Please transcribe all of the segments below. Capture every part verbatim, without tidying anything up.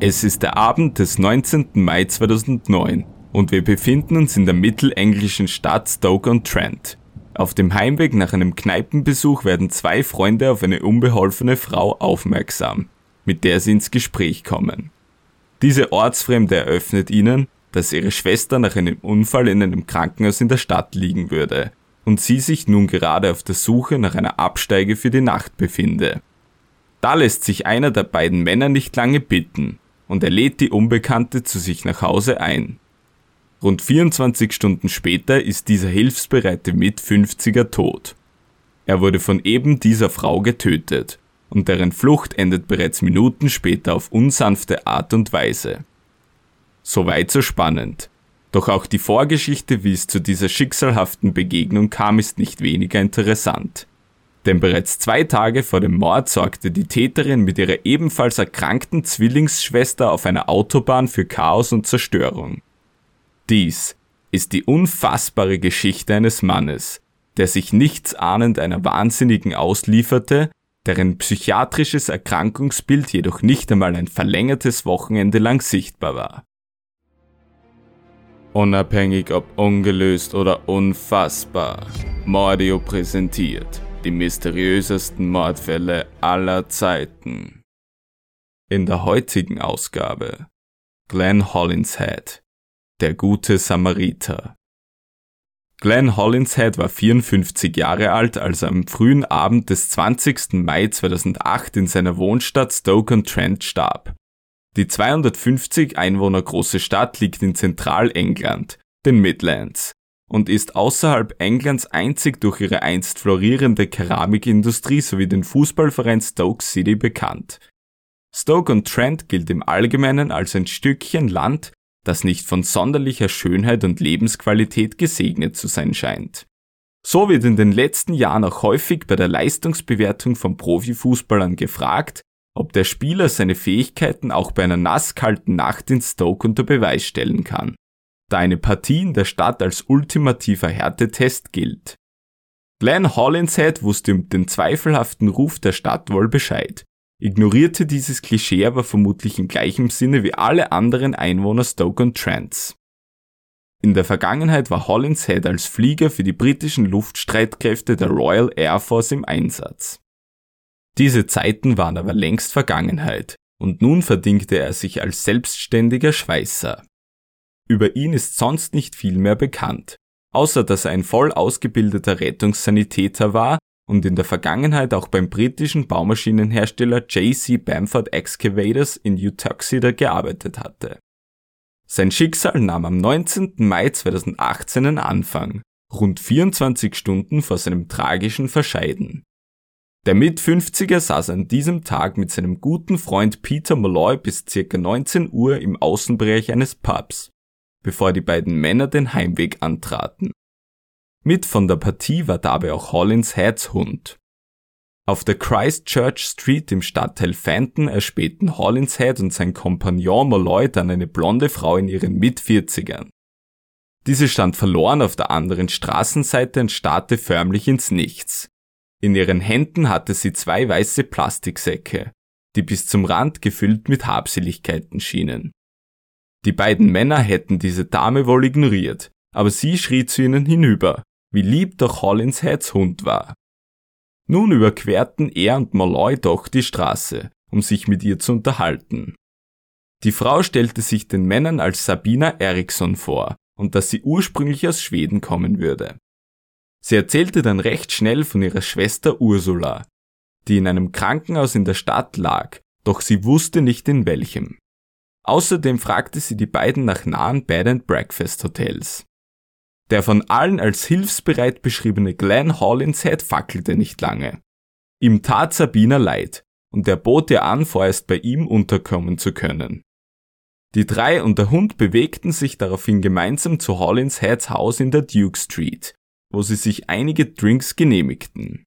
Es ist der Abend des neunzehnten Mai zweitausendneun und wir befinden uns in der mittelenglischen Stadt Stoke-on-Trent. Auf dem Heimweg nach einem Kneipenbesuch werden zwei Freunde auf eine unbeholfene Frau aufmerksam, mit der sie ins Gespräch kommen. Diese Ortsfremde eröffnet ihnen, dass ihre Schwester nach einem Unfall in einem Krankenhaus in der Stadt liegen würde und sie sich nun gerade auf der Suche nach einer Absteige für die Nacht befinde. Da lässt sich einer der beiden Männer nicht lange bitten und er lädt die Unbekannte zu sich nach Hause ein. Rund vierundzwanzig Stunden später ist dieser hilfsbereite Mit-fünfziger tot. Er wurde von eben dieser Frau getötet und deren Flucht endet bereits Minuten später auf unsanfte Art und Weise. Soweit so spannend. Doch auch die Vorgeschichte, wie es zu dieser schicksalhaften Begegnung kam, ist nicht weniger interessant. Denn bereits zwei Tage vor dem Mord sorgte die Täterin mit ihrer ebenfalls erkrankten Zwillingsschwester auf einer Autobahn für Chaos und Zerstörung. Dies ist die unfassbare Geschichte eines Mannes, der sich nichtsahnend einer Wahnsinnigen auslieferte, deren psychiatrisches Erkrankungsbild jedoch nicht einmal ein verlängertes Wochenende lang sichtbar war. Unabhängig ob ungelöst oder unfassbar, Mordio präsentiert die mysteriösesten Mordfälle aller Zeiten. In der heutigen Ausgabe Glenn Hollinshead, der gute Samariter. Glenn Hollinshead war vierundfünfzig Jahre alt, als er am frühen Abend des zwanzigsten Mai zweitausendacht in seiner Wohnstadt Stoke-on-Trent starb. Die zweihundertfünfzig Einwohner große Stadt liegt in Zentralengland, den Midlands, und ist außerhalb Englands einzig durch ihre einst florierende Keramikindustrie sowie den Fußballverein Stoke City bekannt. Stoke-on-Trent gilt im Allgemeinen als ein Stückchen Land, das nicht von sonderlicher Schönheit und Lebensqualität gesegnet zu sein scheint. So wird in den letzten Jahren auch häufig bei der Leistungsbewertung von Profifußballern gefragt, ob der Spieler seine Fähigkeiten auch bei einer nasskalten Nacht in Stoke unter Beweis stellen kann, da eine Partie in der Stadt als ultimativer Härtetest gilt. Glenn Hollinshead wusste um den zweifelhaften Ruf der Stadt wohl Bescheid, ignorierte dieses Klischee aber vermutlich im gleichen Sinne wie alle anderen Einwohner Stoke-on-Trents. In der Vergangenheit war Hollinshead als Flieger für die britischen Luftstreitkräfte der Royal Air Force im Einsatz. Diese Zeiten waren aber längst Vergangenheit und nun verdingte er sich als selbstständiger Schweißer. Über ihn ist sonst nicht viel mehr bekannt, außer dass er ein voll ausgebildeter Rettungssanitäter war und in der Vergangenheit auch beim britischen Baumaschinenhersteller J C Bamford Excavators in Uttoxeter gearbeitet hatte. Sein Schicksal nahm am neunzehnten Mai zweitausendachtzehn einen Anfang, rund vierundzwanzig Stunden vor seinem tragischen Verscheiden. Der Mit-fünfziger saß an diesem Tag mit seinem guten Freund Peter Molloy bis ca. neunzehn Uhr im Außenbereich eines Pubs, bevor die beiden Männer den Heimweg antraten. Mit von der Partie war dabei auch Hollinsheads Hund. Auf der Christchurch Street im Stadtteil Fenton erspähten Hollinshead und sein Kompagnon Molloy dann eine blonde Frau in ihren Mit-vierzigern. Diese stand verloren auf der anderen Straßenseite und starrte förmlich ins Nichts. In ihren Händen hatte sie zwei weiße Plastiksäcke, die bis zum Rand gefüllt mit Habseligkeiten schienen. Die beiden Männer hätten diese Dame wohl ignoriert, aber sie schrie zu ihnen hinüber, wie lieb doch Hollinsheads Hund war. Nun überquerten er und Molloy doch die Straße, um sich mit ihr zu unterhalten. Die Frau stellte sich den Männern als Sabina Eriksson vor und dass sie ursprünglich aus Schweden kommen würde. Sie erzählte dann recht schnell von ihrer Schwester Ursula, die in einem Krankenhaus in der Stadt lag, doch sie wusste nicht in welchem. Außerdem fragte sie die beiden nach nahen Bed-and-Breakfast-Hotels. Der von allen als hilfsbereit beschriebene Glenn Hollinshead fackelte nicht lange. Ihm tat Sabina leid und er bot ihr an, vorerst bei ihm unterkommen zu können. Die drei und der Hund bewegten sich daraufhin gemeinsam zu Hollinsheads Haus in der Duke Street, wo sie sich einige Drinks genehmigten.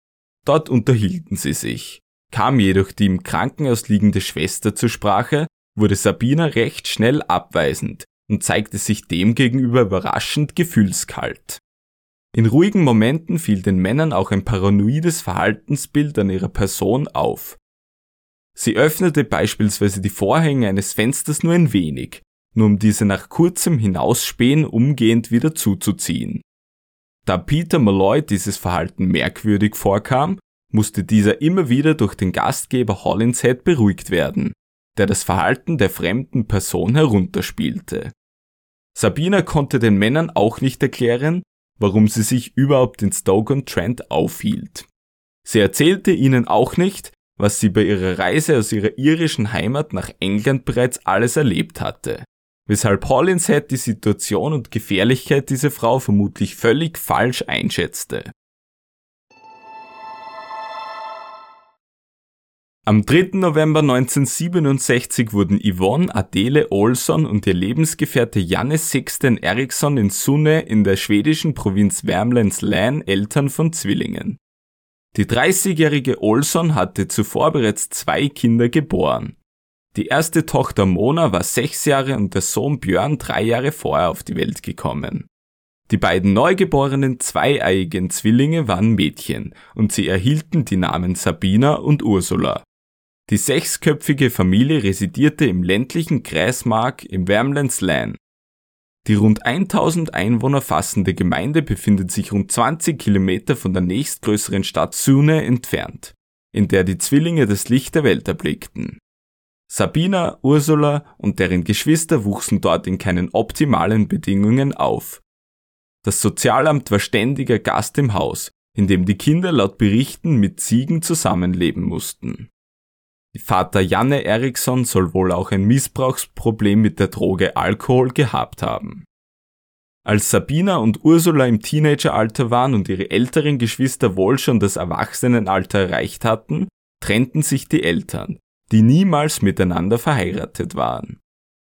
Dort unterhielten sie sich, kam jedoch die im Krankenhaus liegende Schwester zur Sprache, wurde Sabina recht schnell abweisend und zeigte sich demgegenüber überraschend gefühlskalt. In ruhigen Momenten fiel den Männern auch ein paranoides Verhaltensbild an ihrer Person auf. Sie öffnete beispielsweise die Vorhänge eines Fensters nur ein wenig, nur um diese nach kurzem Hinausspähen umgehend wieder zuzuziehen. Da Peter Malloy dieses Verhalten merkwürdig vorkam, musste dieser immer wieder durch den Gastgeber Hollinshead beruhigt werden, der das Verhalten der fremden Person herunterspielte. Sabina konnte den Männern auch nicht erklären, warum sie sich überhaupt in Stoke-on-Trent aufhielt. Sie erzählte ihnen auch nicht, was sie bei ihrer Reise aus ihrer irischen Heimat nach England bereits alles erlebt hatte, weshalb Hollinshead die Situation und Gefährlichkeit dieser Frau vermutlich völlig falsch einschätzte. Am dritten November neunzehnhundertsiebenundsechzig wurden Yvonne Adele Olsson und ihr Lebensgefährte Janne Sixten Eriksson in Sunne in der schwedischen Provinz Värmlands län Eltern von Zwillingen. Die dreißigjährige Olsson hatte zuvor bereits zwei Kinder geboren. Die erste Tochter Mona war sechs Jahre und der Sohn Björn drei Jahre vorher auf die Welt gekommen. Die beiden neugeborenen zweieiigen Zwillinge waren Mädchen und sie erhielten die Namen Sabina und Ursula. Die sechsköpfige Familie residierte im ländlichen Kreis Mark im Värmlands län. Die rund tausend Einwohner fassende Gemeinde befindet sich rund zwanzig Kilometer von der nächstgrößeren Stadt Sunne entfernt, in der die Zwillinge das Licht der Welt erblickten. Sabina, Ursula und deren Geschwister wuchsen dort in keinen optimalen Bedingungen auf. Das Sozialamt war ständiger Gast im Haus, in dem die Kinder laut Berichten mit Ziegen zusammenleben mussten. Vater Janne Eriksson soll wohl auch ein Missbrauchsproblem mit der Droge Alkohol gehabt haben. Als Sabina und Ursula im Teenageralter waren und ihre älteren Geschwister wohl schon das Erwachsenenalter erreicht hatten, trennten sich die Eltern, die niemals miteinander verheiratet waren.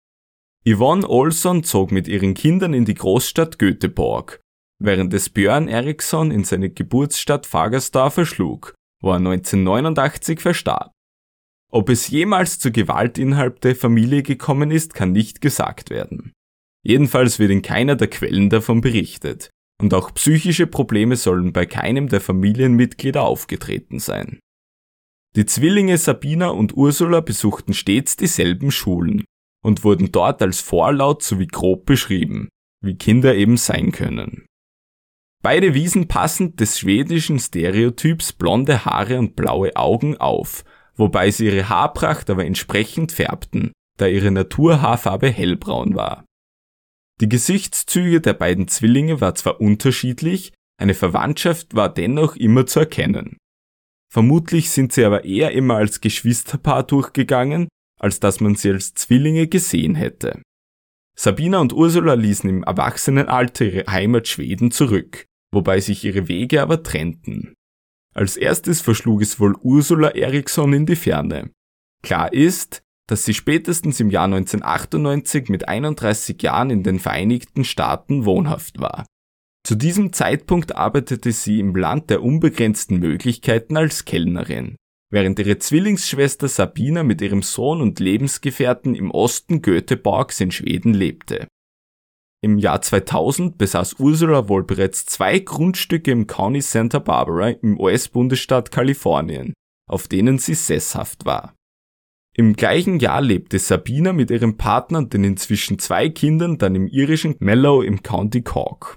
Yvonne Olsson zog mit ihren Kindern in die Großstadt Göteborg, während es Björn Eriksson in seine Geburtsstadt Fagersta verschlug, wo er neunzehnhundertneunundachtzig verstarb. Ob es jemals zur Gewalt innerhalb der Familie gekommen ist, kann nicht gesagt werden. Jedenfalls wird in keiner der Quellen davon berichtet, und auch psychische Probleme sollen bei keinem der Familienmitglieder aufgetreten sein. Die Zwillinge Sabina und Ursula besuchten stets dieselben Schulen und wurden dort als vorlaut sowie grob beschrieben, wie Kinder eben sein können. Beide wiesen passend des schwedischen Stereotyps blonde Haare und blaue Augen auf, wobei sie ihre Haarpracht aber entsprechend färbten, da ihre Naturhaarfarbe hellbraun war. Die Gesichtszüge der beiden Zwillinge war zwar unterschiedlich, eine Verwandtschaft war dennoch immer zu erkennen. Vermutlich sind sie aber eher immer als Geschwisterpaar durchgegangen, als dass man sie als Zwillinge gesehen hätte. Sabina und Ursula ließen im Erwachsenenalter ihre Heimat Schweden zurück, wobei sich ihre Wege aber trennten. Als erstes verschlug es wohl Ursula Eriksson in die Ferne. Klar ist, dass sie spätestens im Jahr neunzehnhundertachtundneunzig mit einunddreißig Jahren in den Vereinigten Staaten wohnhaft war. Zu diesem Zeitpunkt arbeitete sie im Land der unbegrenzten Möglichkeiten als Kellnerin, während ihre Zwillingsschwester Sabina mit ihrem Sohn und Lebensgefährten im Osten Göteborgs in Schweden lebte. Im Jahr zweitausend besaß Ursula wohl bereits zwei Grundstücke im County Santa Barbara im U S-Bundesstaat Kalifornien, auf denen sie sesshaft war. Im gleichen Jahr lebte Sabina mit ihrem Partner und den inzwischen zwei Kindern dann im irischen Mallow im County Cork.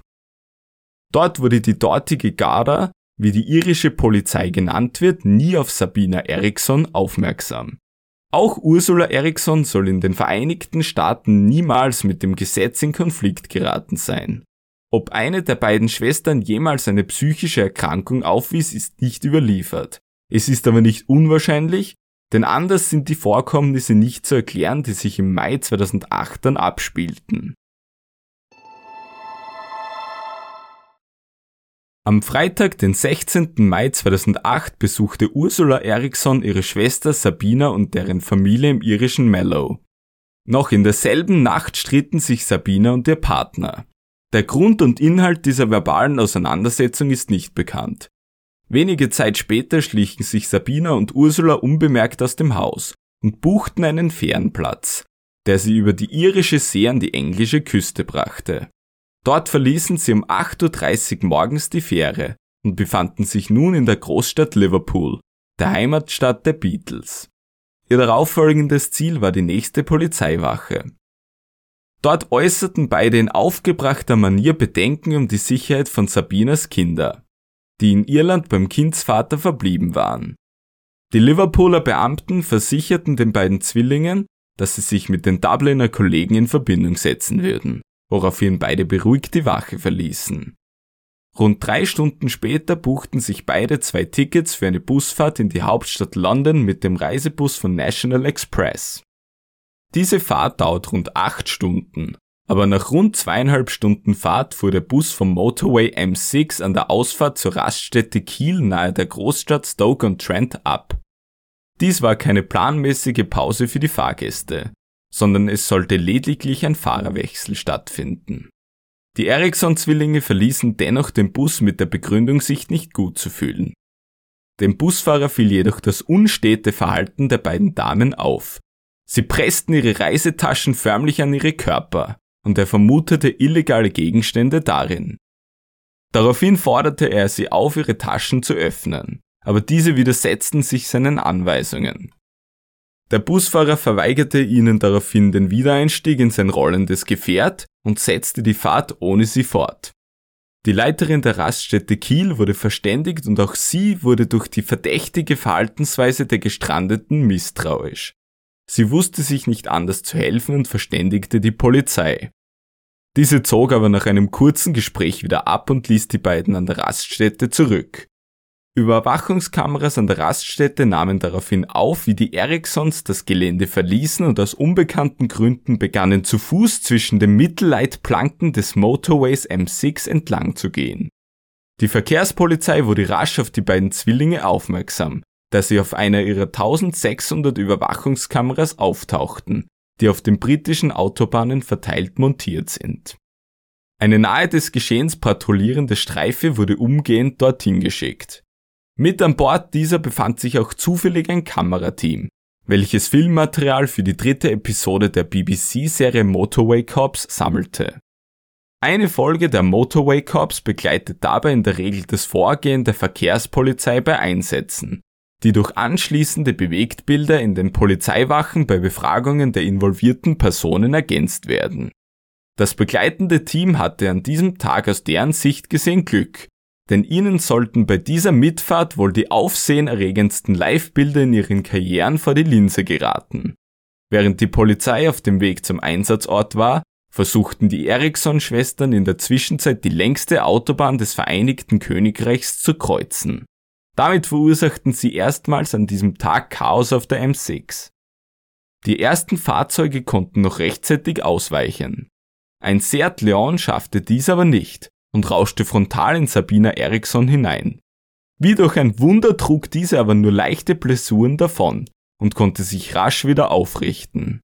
Dort wurde die dortige Garda, wie die irische Polizei genannt wird, nie auf Sabina Eriksson aufmerksam. Auch Ursula Eriksson soll in den Vereinigten Staaten niemals mit dem Gesetz in Konflikt geraten sein. Ob eine der beiden Schwestern jemals eine psychische Erkrankung aufwies, ist nicht überliefert. Es ist aber nicht unwahrscheinlich, denn anders sind die Vorkommnisse nicht zu erklären, die sich im Mai zweitausendacht dann abspielten. Am Freitag, den sechzehnten Mai zweitausendacht, besuchte Ursula Eriksson ihre Schwester Sabina und deren Familie im irischen Mallow. Noch in derselben Nacht stritten sich Sabina und ihr Partner. Der Grund und Inhalt dieser verbalen Auseinandersetzung ist nicht bekannt. Wenige Zeit später schlichen sich Sabina und Ursula unbemerkt aus dem Haus und buchten einen Fährenplatz, der sie über die irische See an die englische Küste brachte. Dort verließen sie um acht Uhr dreißig morgens die Fähre und befanden sich nun in der Großstadt Liverpool, der Heimatstadt der Beatles. Ihr darauffolgendes Ziel war die nächste Polizeiwache. Dort äußerten beide in aufgebrachter Manier Bedenken um die Sicherheit von Sabinas Kinder, die in Irland beim Kindsvater verblieben waren. Die Liverpooler Beamten versicherten den beiden Zwillingen, dass sie sich mit den Dubliner Kollegen in Verbindung setzen würden, woraufhin beide beruhigt die Wache verließen. Rund drei Stunden später buchten sich beide zwei Tickets für eine Busfahrt in die Hauptstadt London mit dem Reisebus von National Express. Diese Fahrt dauert rund acht Stunden, aber nach rund zweieinhalb Stunden Fahrt fuhr der Bus vom Motorway M sechs an der Ausfahrt zur Raststätte Kiel nahe der Großstadt Stoke-on-Trent ab. Dies war keine planmäßige Pause für die Fahrgäste, sondern es sollte lediglich ein Fahrerwechsel stattfinden. Die Eriksson-Zwillinge verließen dennoch den Bus mit der Begründung, sich nicht gut zu fühlen. Dem Busfahrer fiel jedoch das unstete Verhalten der beiden Damen auf. Sie pressten ihre Reisetaschen förmlich an ihre Körper und er vermutete illegale Gegenstände darin. Daraufhin forderte er sie auf, ihre Taschen zu öffnen, aber diese widersetzten sich seinen Anweisungen. Der Busfahrer verweigerte ihnen daraufhin den Wiedereinstieg in sein rollendes Gefährt und setzte die Fahrt ohne sie fort. Die Leiterin der Raststätte Kiel wurde verständigt und auch sie wurde durch die verdächtige Verhaltensweise der Gestrandeten misstrauisch. Sie wusste sich nicht anders zu helfen und verständigte die Polizei. Diese zog aber nach einem kurzen Gespräch wieder ab und ließ die beiden an der Raststätte zurück. Überwachungskameras an der Raststätte nahmen daraufhin auf, wie die Erikssons das Gelände verließen und aus unbekannten Gründen begannen zu Fuß zwischen den Mittelleitplanken des Motorways M sechs entlang zu gehen. Die Verkehrspolizei wurde rasch auf die beiden Zwillinge aufmerksam, da sie auf einer ihrer eintausendsechshundert Überwachungskameras auftauchten, die auf den britischen Autobahnen verteilt montiert sind. Eine nahe des Geschehens patrouillierende Streife wurde umgehend dorthin geschickt. Mit an Bord dieser befand sich auch zufällig ein Kamerateam, welches Filmmaterial für die dritte Episode der B B C-Serie Motorway Cops sammelte. Eine Folge der Motorway Cops begleitet dabei in der Regel das Vorgehen der Verkehrspolizei bei Einsätzen, die durch anschließende Bewegtbilder in den Polizeiwachen bei Befragungen der involvierten Personen ergänzt werden. Das begleitende Team hatte an diesem Tag aus deren Sicht gesehen Glück, denn ihnen sollten bei dieser Mitfahrt wohl die aufsehenerregendsten Live-Bilder in ihren Karrieren vor die Linse geraten. Während die Polizei auf dem Weg zum Einsatzort war, versuchten die Eriksson-Schwestern in der Zwischenzeit die längste Autobahn des Vereinigten Königreichs zu kreuzen. Damit verursachten sie erstmals an diesem Tag Chaos auf der M sechs. Die ersten Fahrzeuge konnten noch rechtzeitig ausweichen. Ein Seat Leon schaffte dies aber nicht und rauschte frontal in Sabina Eriksson hinein. Wie durch ein Wunder trug diese aber nur leichte Blessuren davon und konnte sich rasch wieder aufrichten.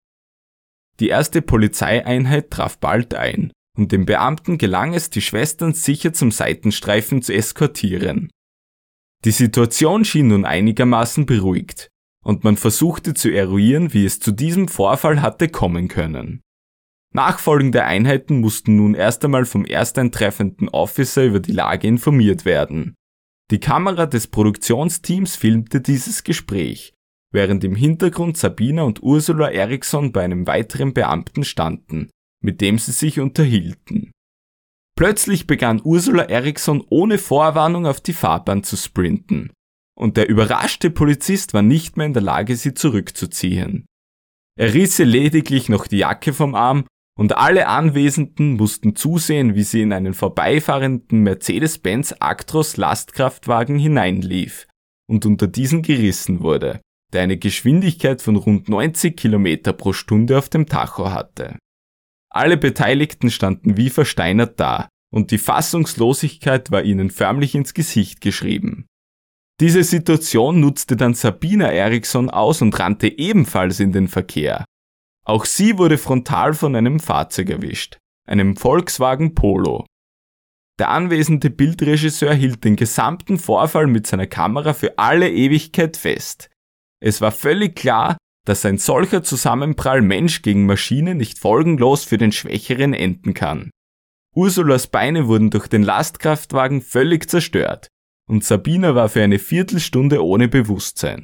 Die erste Polizeieinheit traf bald ein und den Beamten gelang es, die Schwestern sicher zum Seitenstreifen zu eskortieren. Die Situation schien nun einigermaßen beruhigt und man versuchte zu eruieren, wie es zu diesem Vorfall hatte kommen können. Nachfolgende Einheiten mussten nun erst einmal vom ersteintreffenden Officer über die Lage informiert werden. Die Kamera des Produktionsteams filmte dieses Gespräch, während im Hintergrund Sabina und Ursula Eriksson bei einem weiteren Beamten standen, mit dem sie sich unterhielten. Plötzlich begann Ursula Eriksson ohne Vorwarnung auf die Fahrbahn zu sprinten, und der überraschte Polizist war nicht mehr in der Lage, sie zurückzuziehen. Er riss ihr lediglich noch die Jacke vom Arm, und alle Anwesenden mussten zusehen, wie sie in einen vorbeifahrenden Mercedes-Benz Actros Lastkraftwagen hineinlief und unter diesen gerissen wurde, der eine Geschwindigkeit von rund neunzig Kilometer pro Stunde auf dem Tacho hatte. Alle Beteiligten standen wie versteinert da, und die Fassungslosigkeit war ihnen förmlich ins Gesicht geschrieben. Diese Situation nutzte dann Sabina Eriksson aus und rannte ebenfalls in den Verkehr. Auch sie wurde frontal von einem Fahrzeug erwischt, einem Volkswagen Polo. Der anwesende Bildregisseur hielt den gesamten Vorfall mit seiner Kamera für alle Ewigkeit fest. Es war völlig klar, dass ein solcher Zusammenprall Mensch gegen Maschine nicht folgenlos für den Schwächeren enden kann. Ursulas Beine wurden durch den Lastkraftwagen völlig zerstört und Sabina war für eine Viertelstunde ohne Bewusstsein.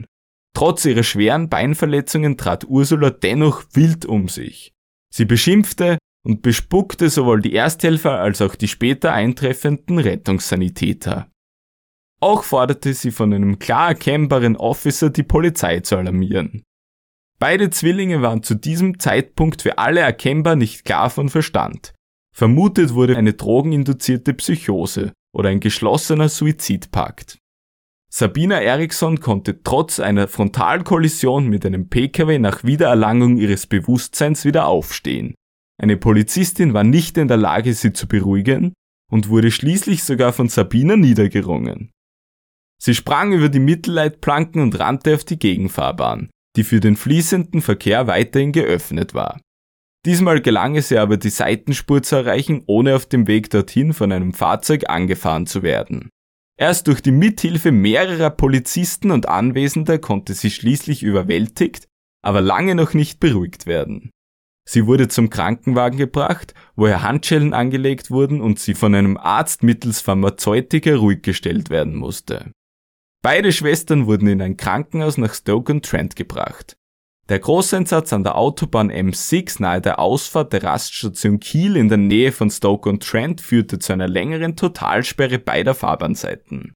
Trotz ihrer schweren Beinverletzungen trat Ursula dennoch wild um sich. Sie beschimpfte und bespuckte sowohl die Ersthelfer als auch die später eintreffenden Rettungssanitäter. Auch forderte sie von einem klar erkennbaren Officer, die Polizei zu alarmieren. Beide Zwillinge waren zu diesem Zeitpunkt für alle erkennbar nicht klar von Verstand. Vermutet wurde eine drogeninduzierte Psychose oder ein geschlossener Suizidpakt. Sabina Eriksson konnte trotz einer Frontalkollision mit einem P K W nach Wiedererlangung ihres Bewusstseins wieder aufstehen. Eine Polizistin war nicht in der Lage, sie zu beruhigen und wurde schließlich sogar von Sabina niedergerungen. Sie sprang über die Mittelleitplanken und rannte auf die Gegenfahrbahn, die für den fließenden Verkehr weiterhin geöffnet war. Diesmal gelang es ihr aber, die Seitenspur zu erreichen, ohne auf dem Weg dorthin von einem Fahrzeug angefahren zu werden. Erst durch die Mithilfe mehrerer Polizisten und Anwesender konnte sie schließlich überwältigt, aber lange noch nicht beruhigt werden. Sie wurde zum Krankenwagen gebracht, wo ihr Handschellen angelegt wurden und sie von einem Arzt mittels Pharmazeutiker ruhig gestellt werden musste. Beide Schwestern wurden in ein Krankenhaus nach Stoke-on-Trent gebracht. Der Großeinsatz an der Autobahn M sechs nahe der Ausfahrt der Raststation Kiel in der Nähe von Stoke-on-Trent führte zu einer längeren Totalsperre beider Fahrbahnseiten.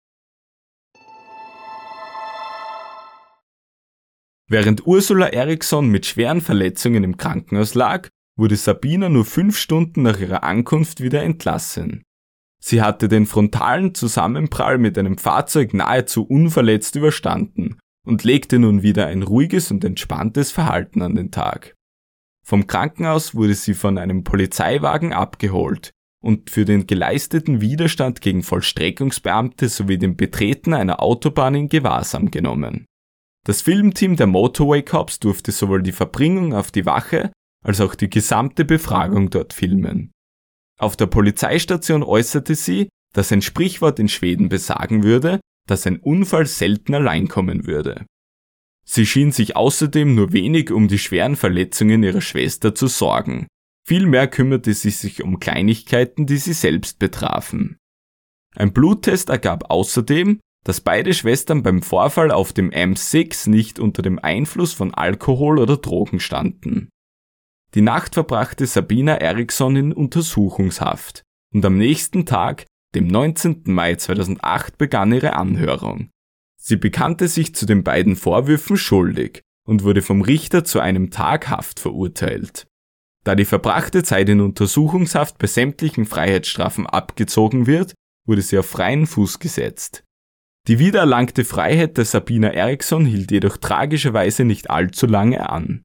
Während Ursula Eriksson mit schweren Verletzungen im Krankenhaus lag, wurde Sabina nur fünf Stunden nach ihrer Ankunft wieder entlassen. Sie hatte den frontalen Zusammenprall mit einem Fahrzeug nahezu unverletzt überstanden und legte nun wieder ein ruhiges und entspanntes Verhalten an den Tag. Vom Krankenhaus wurde sie von einem Polizeiwagen abgeholt und für den geleisteten Widerstand gegen Vollstreckungsbeamte sowie dem Betreten einer Autobahn in Gewahrsam genommen. Das Filmteam der Motorway Cops durfte sowohl die Verbringung auf die Wache als auch die gesamte Befragung dort filmen. Auf der Polizeistation äußerte sie, dass ein Sprichwort in Schweden besagen würde, dass ein Unfall selten allein kommen würde. Sie schien sich außerdem nur wenig um die schweren Verletzungen ihrer Schwester zu sorgen. Vielmehr kümmerte sie sich um Kleinigkeiten, die sie selbst betrafen. Ein Bluttest ergab außerdem, dass beide Schwestern beim Vorfall auf dem M sechs nicht unter dem Einfluss von Alkohol oder Drogen standen. Die Nacht verbrachte Sabina Eriksson in Untersuchungshaft und am nächsten Tag, dem neunzehnten Mai zweitausendacht, begann ihre Anhörung. Sie bekannte sich zu den beiden Vorwürfen schuldig und wurde vom Richter zu einem Tag Haft verurteilt. Da die verbrachte Zeit in Untersuchungshaft bei sämtlichen Freiheitsstrafen abgezogen wird, wurde sie auf freien Fuß gesetzt. Die wiedererlangte Freiheit der Sabina Eriksson hielt jedoch tragischerweise nicht allzu lange an.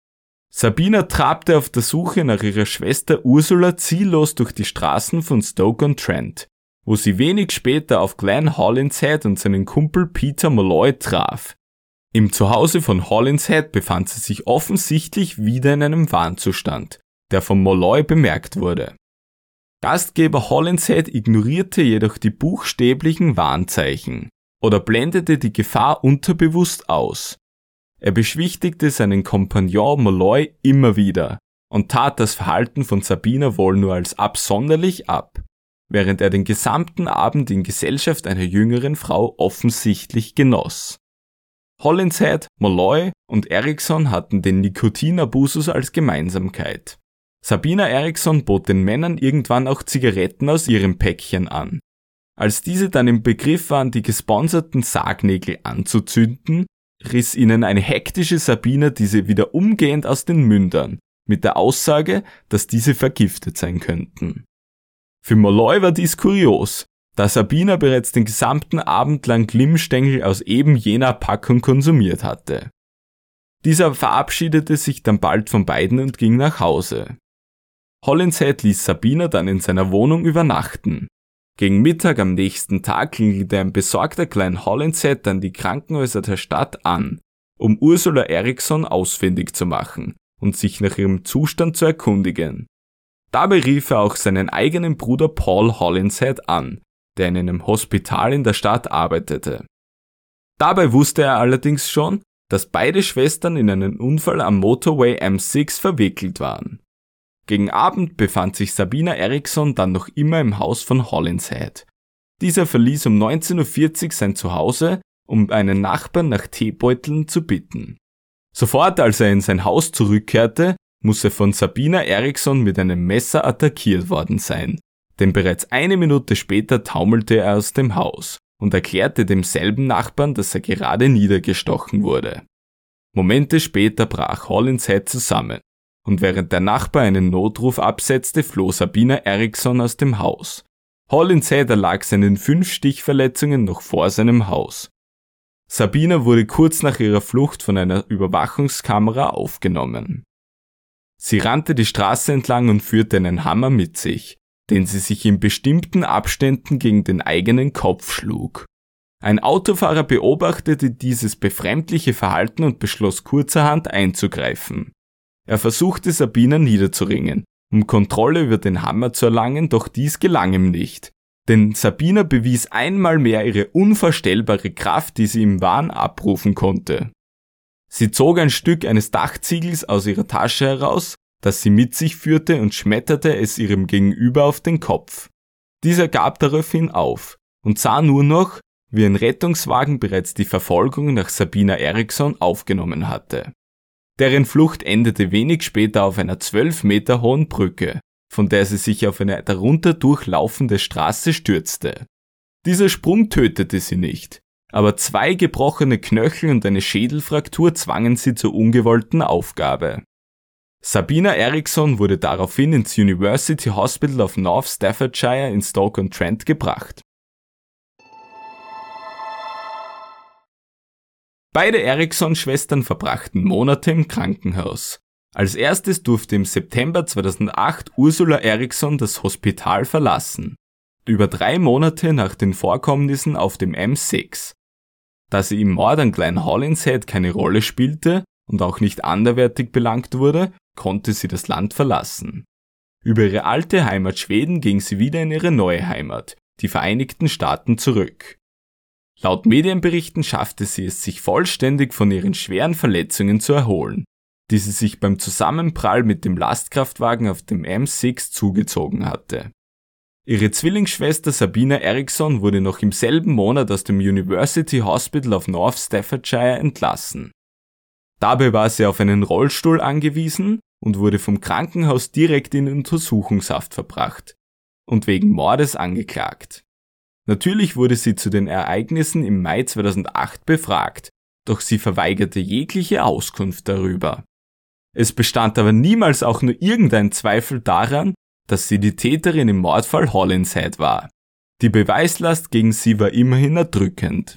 Sabina trabte auf der Suche nach ihrer Schwester Ursula ziellos durch die Straßen von Stoke-on-Trent, wo sie wenig später auf Glenn Hollinshead und seinen Kumpel Peter Molloy traf. Im Zuhause von Hollinshead befand sie sich offensichtlich wieder in einem Warnzustand, der von Molloy bemerkt wurde. Gastgeber Hollinshead ignorierte jedoch die buchstäblichen Warnzeichen oder blendete die Gefahr unterbewusst aus. Er beschwichtigte seinen Kompagnon Molloy immer wieder und tat das Verhalten von Sabina wohl nur als absonderlich ab, während er den gesamten Abend in Gesellschaft einer jüngeren Frau offensichtlich genoss. Hollinshead, Molloy und Eriksson hatten den Nikotinabusus als Gemeinsamkeit. Sabina Eriksson bot den Männern irgendwann auch Zigaretten aus ihrem Päckchen an. Als diese dann im Begriff waren, die gesponserten Sargnägel anzuzünden, riss ihnen eine hektische Sabina diese wieder umgehend aus den Mündern, mit der Aussage, dass diese vergiftet sein könnten. Für Molloy war dies kurios, da Sabina bereits den gesamten Abend lang Glimmstängel aus eben jener Packung konsumiert hatte. Dieser verabschiedete sich dann bald von beiden und ging nach Hause. Hollinshead ließ Sabina dann in seiner Wohnung übernachten. Gegen Mittag am nächsten Tag klingelte ein besorgter Klein Hollinshead dann die Krankenhäuser der Stadt an, um Ursula Eriksson ausfindig zu machen und sich nach ihrem Zustand zu erkundigen. Dabei rief er auch seinen eigenen Bruder Paul Hollinshead an, der in einem Hospital in der Stadt arbeitete. Dabei wusste er allerdings schon, dass beide Schwestern in einen Unfall am Motorway M sechs verwickelt waren. Gegen Abend befand sich Sabina Eriksson dann noch immer im Haus von Hollinshead. Dieser verließ um neunzehn Uhr vierzig sein Zuhause, um einen Nachbarn nach Teebeuteln zu bitten. Sofort als er in sein Haus zurückkehrte, muss er von Sabina Eriksson mit einem Messer attackiert worden sein, denn bereits eine Minute später taumelte er aus dem Haus und erklärte demselben Nachbarn, dass er gerade niedergestochen wurde. Momente später brach Hollinshead zusammen und während der Nachbar einen Notruf absetzte, floh Sabina Eriksson aus dem Haus. Hollinshead erlag seinen fünf Stichverletzungen noch vor seinem Haus. Sabina wurde kurz nach ihrer Flucht von einer Überwachungskamera aufgenommen. Sie rannte die Straße entlang und führte einen Hammer mit sich, den sie sich in bestimmten Abständen gegen den eigenen Kopf schlug. Ein Autofahrer beobachtete dieses befremdliche Verhalten und beschloss kurzerhand einzugreifen. Er versuchte Sabina niederzuringen, um Kontrolle über den Hammer zu erlangen, doch dies gelang ihm nicht. Denn Sabina bewies einmal mehr ihre unvorstellbare Kraft, die sie im Wahn abrufen konnte. Sie zog ein Stück eines Dachziegels aus ihrer Tasche heraus, das sie mit sich führte und schmetterte es ihrem Gegenüber auf den Kopf. Dieser gab daraufhin auf und sah nur noch, wie ein Rettungswagen bereits die Verfolgung nach Sabina Eriksson aufgenommen hatte. Deren Flucht endete wenig später auf einer zwölf Meter hohen Brücke, von der sie sich auf eine darunter durchlaufende Straße stürzte. Dieser Sprung tötete sie nicht, aber zwei gebrochene Knöchel und eine Schädelfraktur zwangen sie zur ungewollten Aufgabe. Sabina Eriksson wurde daraufhin ins University Hospital of North Staffordshire in Stoke-on-Trent gebracht. Beide Eriksson-Schwestern verbrachten Monate im Krankenhaus. Als erstes durfte im September zweitausendacht Ursula Eriksson das Hospital verlassen, über drei Monate nach den Vorkommnissen auf dem M sechs. Da sie im Mord an Glenn Hollinshead keine Rolle spielte und auch nicht anderweitig belangt wurde, konnte sie das Land verlassen. Über ihre alte Heimat Schweden ging sie wieder in ihre neue Heimat, die Vereinigten Staaten, zurück. Laut Medienberichten schaffte sie es, sich vollständig von ihren schweren Verletzungen zu erholen, die sie sich beim Zusammenprall mit dem Lastkraftwagen auf dem M sechs zugezogen hatte. Ihre Zwillingsschwester Sabina Eriksson wurde noch im selben Monat aus dem University Hospital of North Staffordshire entlassen. Dabei war sie auf einen Rollstuhl angewiesen und wurde vom Krankenhaus direkt in Untersuchungshaft verbracht und wegen Mordes angeklagt. Natürlich wurde sie zu den Ereignissen im Mai zweitausendacht befragt, doch sie verweigerte jegliche Auskunft darüber. Es bestand aber niemals auch nur irgendein Zweifel daran, dass sie die Täterin im Mordfall Hollinshead war. Die Beweislast gegen sie war immerhin erdrückend.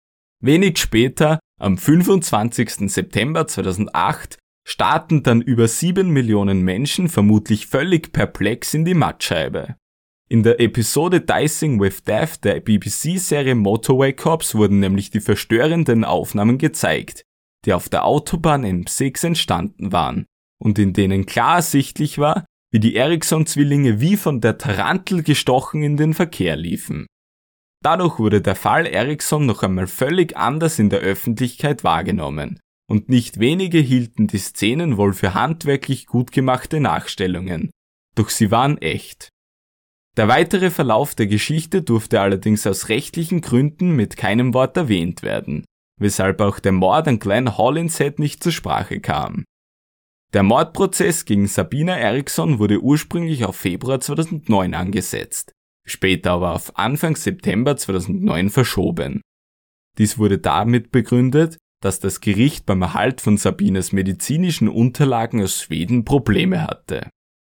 Wenig später, am fünfundzwanzigsten September zweitausendacht, starrten dann über sieben Millionen Menschen vermutlich völlig perplex in die Mattscheibe. In der Episode Dicing with Death der B B C-Serie Motorway Cops wurden nämlich die verstörenden Aufnahmen gezeigt, die auf der Autobahn M sechs entstanden waren und in denen klar ersichtlich war, wie die Eriksson-Zwillinge wie von der Tarantel gestochen in den Verkehr liefen. Dadurch wurde der Fall Eriksson noch einmal völlig anders in der Öffentlichkeit wahrgenommen und nicht wenige hielten die Szenen wohl für handwerklich gut gemachte Nachstellungen, doch sie waren echt. Der weitere Verlauf der Geschichte durfte allerdings aus rechtlichen Gründen mit keinem Wort erwähnt werden, weshalb auch der Mord an Glenn Hollinshead nicht zur Sprache kam. Der Mordprozess gegen Sabina Eriksson wurde ursprünglich auf Februar zweitausendneun angesetzt, später aber auf Anfang September zweitausendneun verschoben. Dies wurde damit begründet, dass das Gericht beim Erhalt von Sabinas medizinischen Unterlagen aus Schweden Probleme hatte.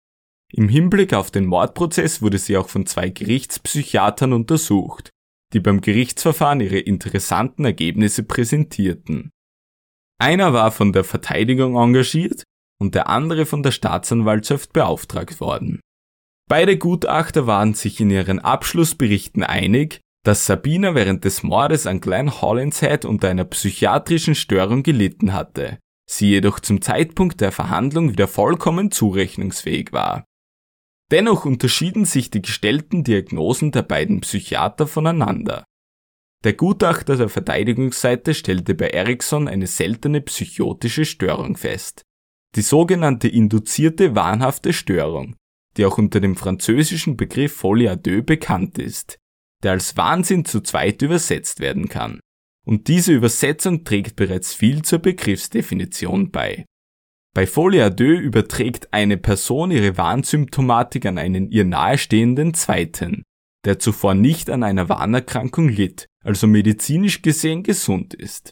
Im Hinblick auf den Mordprozess wurde sie auch von zwei Gerichtspsychiatern untersucht, die beim Gerichtsverfahren ihre interessanten Ergebnisse präsentierten. Einer war von der Verteidigung engagiert und der andere von der Staatsanwaltschaft beauftragt worden. Beide Gutachter waren sich in ihren Abschlussberichten einig, dass Sabina während des Mordes an Glenn Hollinshead unter einer psychiatrischen Störung gelitten hatte, sie jedoch zum Zeitpunkt der Verhandlung wieder vollkommen zurechnungsfähig war. Dennoch unterschieden sich die gestellten Diagnosen der beiden Psychiater voneinander. Der Gutachter der Verteidigungsseite stellte bei Eriksson eine seltene psychotische Störung fest, die sogenannte induzierte wahnhafte Störung, die auch unter dem französischen Begriff Folie à deux bekannt ist, der als Wahnsinn zu zweit übersetzt werden kann. und diese Übersetzung trägt bereits viel zur Begriffsdefinition bei. Bei Folie à deux überträgt eine Person ihre Warnsymptomatik an einen ihr nahestehenden Zweiten, der zuvor nicht an einer Warnerkrankung litt, also medizinisch gesehen gesund ist.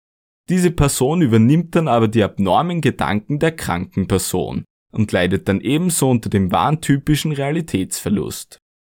Diese Person übernimmt dann aber die abnormen Gedanken der kranken Person und leidet dann ebenso unter dem warntypischen Realitätsverlust.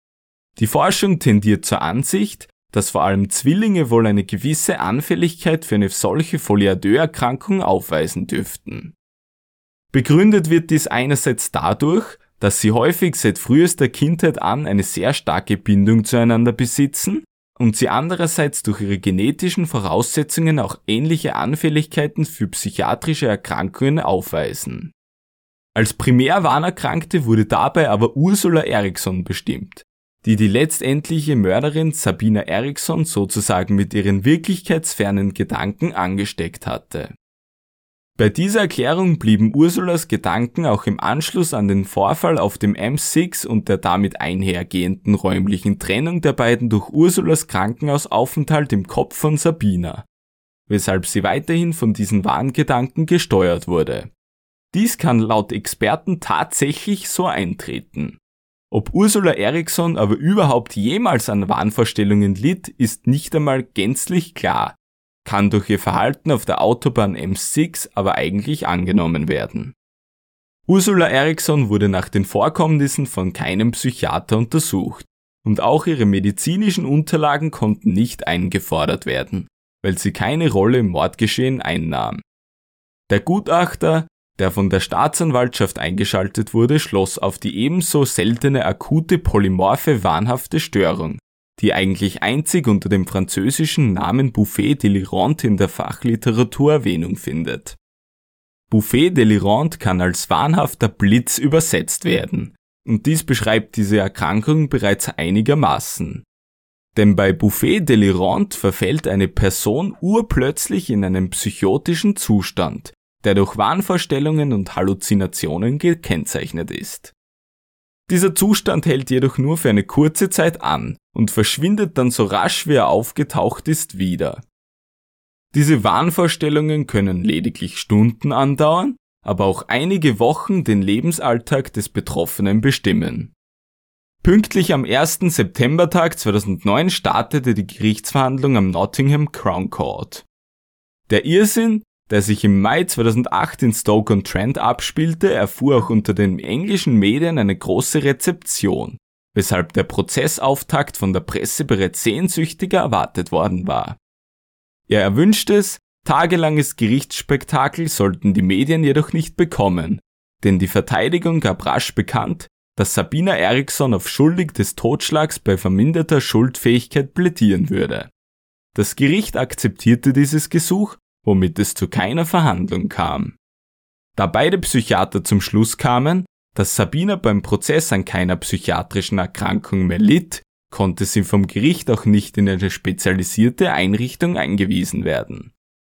Die Forschung tendiert zur Ansicht, dass vor allem Zwillinge wohl eine gewisse Anfälligkeit für eine solche Folie à deux-Erkrankung aufweisen dürften. Begründet wird dies einerseits dadurch, dass sie häufig seit frühester Kindheit an eine sehr starke Bindung zueinander besitzen und sie andererseits durch ihre genetischen Voraussetzungen auch ähnliche Anfälligkeiten für psychiatrische Erkrankungen aufweisen. Als primär Warnerkrankte wurde dabei aber Ursula Eriksson bestimmt, die die letztendliche Mörderin Sabina Eriksson sozusagen mit ihren wirklichkeitsfernen Gedanken angesteckt hatte. Bei dieser Erklärung blieben Ursulas Gedanken auch im Anschluss an den Vorfall auf dem M sechs und der damit einhergehenden räumlichen Trennung der beiden durch Ursulas Krankenhausaufenthalt im Kopf von Sabina, weshalb sie weiterhin von diesen Wahngedanken gesteuert wurde. Dies kann laut Experten tatsächlich so eintreten. Ob Ursula Eriksson aber überhaupt jemals an Wahnvorstellungen litt, ist nicht einmal gänzlich klar, kann durch ihr Verhalten auf der Autobahn M sechs aber eigentlich angenommen werden. Ursula Eriksson wurde nach den Vorkommnissen von keinem Psychiater untersucht und auch ihre medizinischen Unterlagen konnten nicht eingefordert werden, weil sie keine Rolle im Mordgeschehen einnahm. Der Gutachter, der von der Staatsanwaltschaft eingeschaltet wurde, schloss auf die ebenso seltene akute polymorphe wahnhafte Störung, die eigentlich einzig unter dem französischen Namen Bouffée délirante in der Fachliteratur Erwähnung findet. Bouffée délirante kann als wahnhafter Blitz übersetzt werden, und dies beschreibt diese Erkrankung bereits einigermaßen. Denn bei Bouffée délirante verfällt eine Person urplötzlich in einen psychotischen Zustand, der durch Wahnvorstellungen und Halluzinationen gekennzeichnet ist. Dieser Zustand hält jedoch nur für eine kurze Zeit an und verschwindet dann so rasch wie er aufgetaucht ist wieder. Diese Wahnvorstellungen können lediglich Stunden andauern, aber auch einige Wochen den Lebensalltag des Betroffenen bestimmen. Pünktlich am ersten Septembertag zweitausendneun startete die Gerichtsverhandlung am Nottingham Crown Court. Der Irrsinn, der sich im Mai zweitausendacht in Stoke-on-Trent abspielte, erfuhr auch unter den englischen Medien eine große Rezeption, weshalb der Prozessauftakt von der Presse bereits sehnsüchtiger erwartet worden war. Er erwünschtes, tagelanges Gerichtsspektakel sollten die Medien jedoch nicht bekommen, denn die Verteidigung gab rasch bekannt, dass Sabina Eriksson auf schuldig des Totschlags bei verminderter Schuldfähigkeit plädieren würde. Das Gericht akzeptierte dieses Gesuch, womit es zu keiner Verhandlung kam. Da beide Psychiater zum Schluss kamen, dass Sabina beim Prozess an keiner psychiatrischen Erkrankung mehr litt, konnte sie vom Gericht auch nicht in eine spezialisierte Einrichtung eingewiesen werden.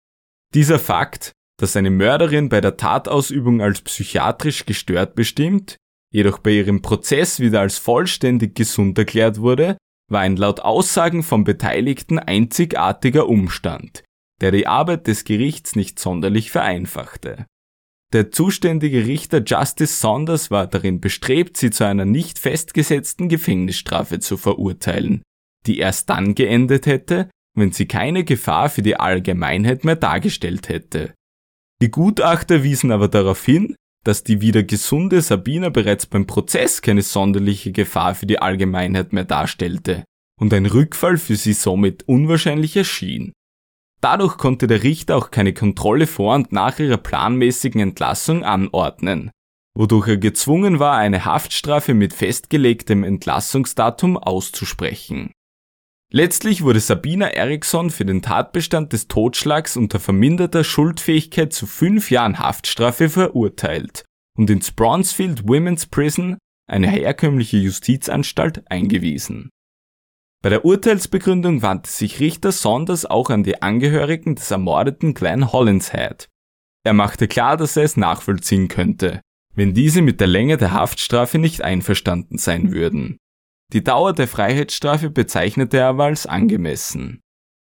Dieser Fakt, dass eine Mörderin bei der Tatausübung als psychiatrisch gestört bestimmt, jedoch bei ihrem Prozess wieder als vollständig gesund erklärt wurde, war ein laut Aussagen von Beteiligten einzigartiger Umstand, der die Arbeit des Gerichts nicht sonderlich vereinfachte. Der zuständige Richter Justice Saunders war darin bestrebt, sie zu einer nicht festgesetzten Gefängnisstrafe zu verurteilen, die erst dann geendet hätte, wenn sie keine Gefahr für die Allgemeinheit mehr dargestellt hätte. Die Gutachter wiesen aber darauf hin, dass die wieder gesunde Sabina bereits beim Prozess keine sonderliche Gefahr für die Allgemeinheit mehr darstellte und ein Rückfall für sie somit unwahrscheinlich erschien. Dadurch konnte der Richter auch keine Kontrolle vor und nach ihrer planmäßigen Entlassung anordnen, wodurch er gezwungen war, eine Haftstrafe mit festgelegtem Entlassungsdatum auszusprechen. Letztlich wurde Sabina Eriksson für den Tatbestand des Totschlags unter verminderter Schuldfähigkeit zu fünf Jahren Haftstrafe verurteilt und ins Bronzefield Women's Prison, eine herkömmliche Justizanstalt, eingewiesen. Bei der Urteilsbegründung wandte sich Richter Saunders auch an die Angehörigen des ermordeten Glenn Hollinshead. Er machte klar, dass er es nachvollziehen könnte, wenn diese mit der Länge der Haftstrafe nicht einverstanden sein würden. Die Dauer der Freiheitsstrafe bezeichnete er aber als angemessen.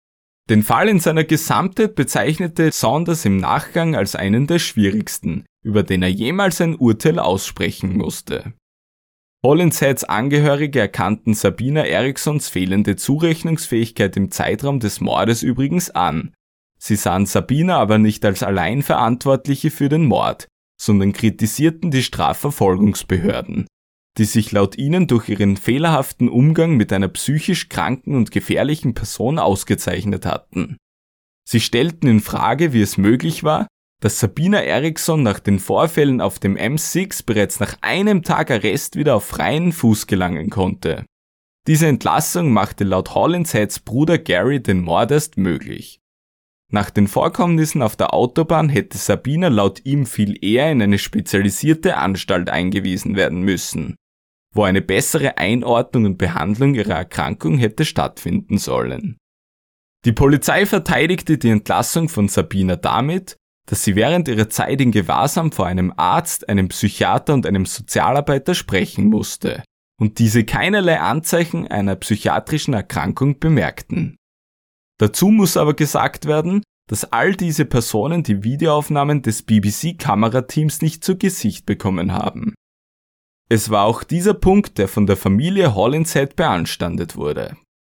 Den Fall in seiner Gesamtheit bezeichnete Saunders im Nachgang als einen der schwierigsten, über den er jemals ein Urteil aussprechen musste. Hollins-Heads Angehörige erkannten Sabina Ericssons fehlende Zurechnungsfähigkeit im Zeitraum des Mordes übrigens an. Sie sahen Sabina aber nicht als Alleinverantwortliche für den Mord, sondern kritisierten die Strafverfolgungsbehörden, die sich laut ihnen durch ihren fehlerhaften Umgang mit einer psychisch kranken und gefährlichen Person ausgezeichnet hatten. Sie stellten in Frage, wie es möglich war, dass Sabina Ericsson nach den Vorfällen auf dem M sechs bereits nach einem Tag Arrest wieder auf freien Fuß gelangen konnte. Diese Entlassung machte laut Hollins-Heads Bruder Gary den Mord erst möglich. Nach den Vorkommnissen auf der Autobahn hätte Sabina laut ihm viel eher in eine spezialisierte Anstalt eingewiesen werden müssen, wo eine bessere Einordnung und Behandlung ihrer Erkrankung hätte stattfinden sollen. Die Polizei verteidigte die Entlassung von Sabina damit, dass sie während ihrer Zeit in Gewahrsam vor einem Arzt, einem Psychiater und einem Sozialarbeiter sprechen musste und diese keinerlei Anzeichen einer psychiatrischen Erkrankung bemerkten. Dazu muss aber gesagt werden, dass all diese Personen die Videoaufnahmen des B B C-Kamerateams nicht zu Gesicht bekommen haben. Es war auch dieser Punkt, der von der Familie Hollins-Head beanstandet wurde.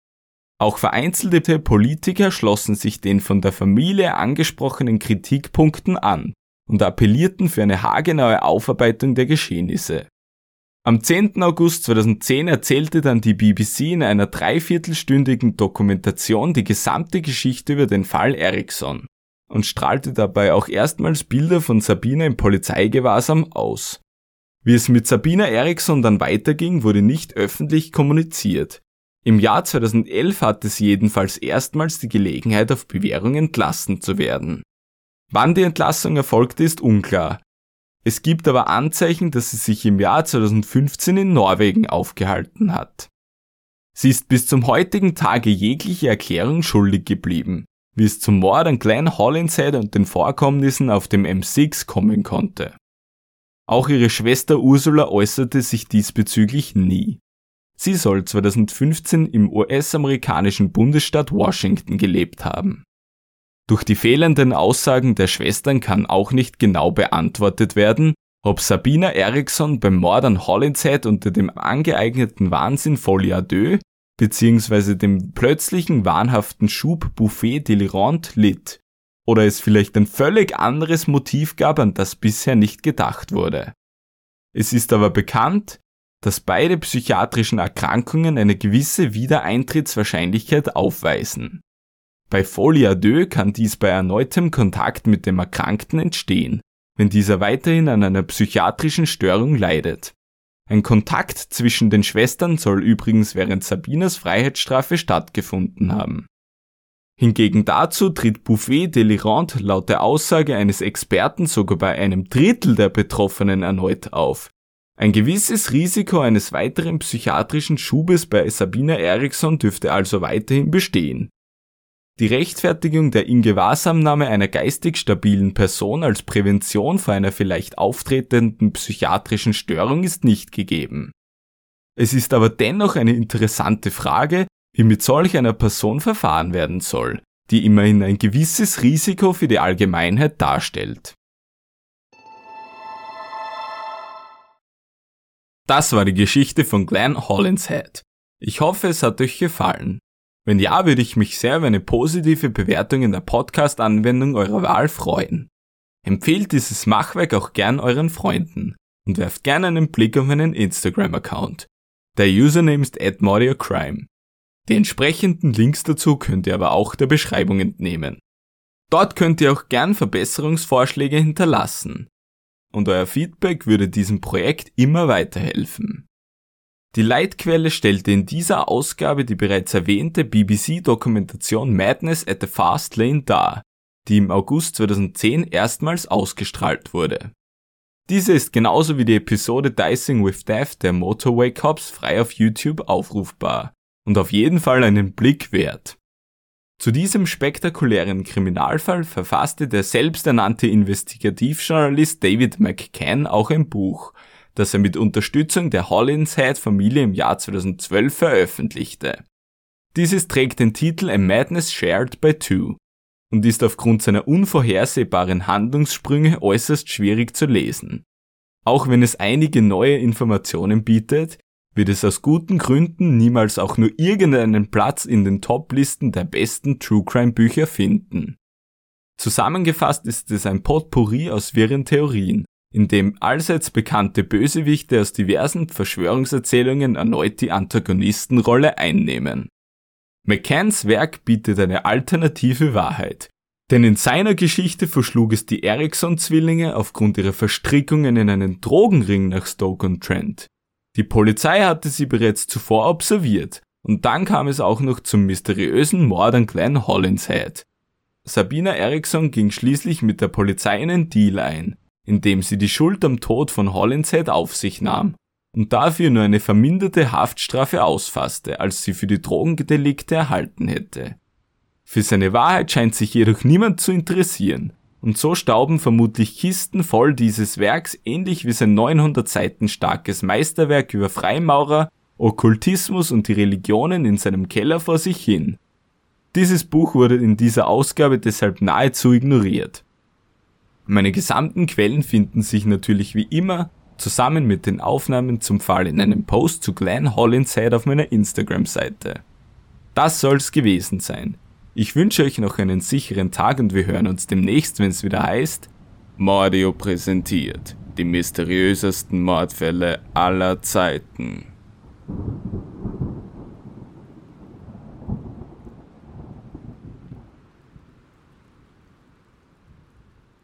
Auch vereinzelte Politiker schlossen sich den von der Familie angesprochenen Kritikpunkten an und appellierten für eine haargenaue Aufarbeitung der Geschehnisse. Am zehnten August zweitausendzehn erzählte dann die B B C in einer dreiviertelstündigen Dokumentation die gesamte Geschichte über den Fall Ericsson und strahlte dabei auch erstmals Bilder von Sabina im Polizeigewahrsam aus. Wie es mit Sabina Ericsson dann weiterging, wurde nicht öffentlich kommuniziert. Im Jahr zweitausendelf hatte sie jedenfalls erstmals die Gelegenheit, auf Bewährung entlassen zu werden. Wann die Entlassung erfolgte, ist unklar. Es gibt aber Anzeichen, dass sie sich im Jahr zweitausendfünfzehn in Norwegen aufgehalten hat. Sie ist bis zum heutigen Tage jegliche Erklärung schuldig geblieben, wie es zum Mord an Glenn Hollins-Head und den Vorkommnissen auf dem M sechs kommen konnte. Auch ihre Schwester Ursula äußerte sich diesbezüglich nie. Sie soll zweitausendfünfzehn im U S-amerikanischen Bundesstaat Washington gelebt haben. Durch die fehlenden Aussagen der Schwestern kann auch nicht genau beantwortet werden, ob Sabina Ericsson beim Mord an Hollins-Head unter dem angeeigneten Wahnsinn Folie à deux bzw. dem plötzlichen wahnhaften Schub Bouffée delirant litt, oder es vielleicht ein völlig anderes Motiv gab, an das bisher nicht gedacht wurde. Es ist aber bekannt, dass beide psychiatrischen Erkrankungen eine gewisse Wiedereintrittswahrscheinlichkeit aufweisen. Bei Folie à deux kann dies bei erneutem Kontakt mit dem Erkrankten entstehen, wenn dieser weiterhin an einer psychiatrischen Störung leidet. Ein Kontakt zwischen den Schwestern soll übrigens während Sabinas Freiheitsstrafe stattgefunden haben. Hingegen dazu tritt Bouffée delirant laut der Aussage eines Experten sogar bei einem Drittel der Betroffenen erneut auf. Ein gewisses Risiko eines weiteren psychiatrischen Schubes bei Sabina Ericsson dürfte also weiterhin bestehen. Die Rechtfertigung der Ingewahrsamnahme einer geistig stabilen Person als Prävention vor einer vielleicht auftretenden psychiatrischen Störung ist nicht gegeben. Es ist aber dennoch eine interessante Frage, wie mit solch einer Person verfahren werden soll, die immerhin ein gewisses Risiko für die Allgemeinheit darstellt. Das war die Geschichte von Glenn Hollins-Head. Ich hoffe, es hat euch gefallen. Wenn ja, würde ich mich sehr über eine positive Bewertung in der Podcast-Anwendung eurer Wahl freuen. Empfehlt dieses Machwerk auch gern euren Freunden und werft gerne einen Blick auf meinen Instagram-Account. Der Username ist at maudiacrime. Die entsprechenden Links dazu könnt ihr aber auch der Beschreibung entnehmen. Dort könnt ihr auch gern Verbesserungsvorschläge hinterlassen. Und euer Feedback würde diesem Projekt immer weiterhelfen. Die Leitquelle stellte in dieser Ausgabe die bereits erwähnte B B C-Dokumentation Madness at the Fast Lane dar, die im August zweitausendzehn erstmals ausgestrahlt wurde. Diese ist genauso wie die Episode Dicing with Death der Motorway Cops frei auf YouTube aufrufbar und auf jeden Fall einen Blick wert. Zu diesem spektakulären Kriminalfall verfasste der selbsternannte Investigativjournalist David McCann auch ein Buch, das er mit Unterstützung der Hollins-Head-Familie im Jahr zweitausendzwölf veröffentlichte. Dieses trägt den Titel A Madness Shared by Two und ist aufgrund seiner unvorhersehbaren Handlungssprünge äußerst schwierig zu lesen. Auch wenn es einige neue Informationen bietet, wird es aus guten Gründen niemals auch nur irgendeinen Platz in den Top-Listen der besten True-Crime-Bücher finden. Zusammengefasst ist es ein Potpourri aus wirren Theorien, in dem allseits bekannte Bösewichte aus diversen Verschwörungserzählungen erneut die Antagonistenrolle einnehmen. McCanns Werk bietet eine alternative Wahrheit, denn in seiner Geschichte verschlug es die Erikson-Zwillinge aufgrund ihrer Verstrickungen in einen Drogenring nach Stoke-on-Trent. Die Polizei hatte sie bereits zuvor observiert und dann kam es auch noch zum mysteriösen Mord an Glenn Hollinshead. Sabina Erikson ging schließlich mit der Polizei einen Deal ein, indem sie die Schuld am Tod von Hollinshead auf sich nahm und dafür nur eine verminderte Haftstrafe ausfasste, als sie für die Drogendelikte erhalten hätte. Für seine Wahrheit scheint sich jedoch niemand zu interessieren, und so stauben vermutlich Kisten voll dieses Werks ähnlich wie sein neunhundert Seiten starkes Meisterwerk über Freimaurer, Okkultismus und die Religionen in seinem Keller vor sich hin. Dieses Buch wurde in dieser Ausgabe deshalb nahezu ignoriert. Meine gesamten Quellen finden sich natürlich wie immer zusammen mit den Aufnahmen zum Fall in einem Post zu Glenn Hollinshead auf meiner Instagram-Seite. Das soll's gewesen sein. Ich wünsche euch noch einen sicheren Tag und wir hören uns demnächst, wenn es wieder heißt Mordio präsentiert die mysteriösesten Mordfälle aller Zeiten.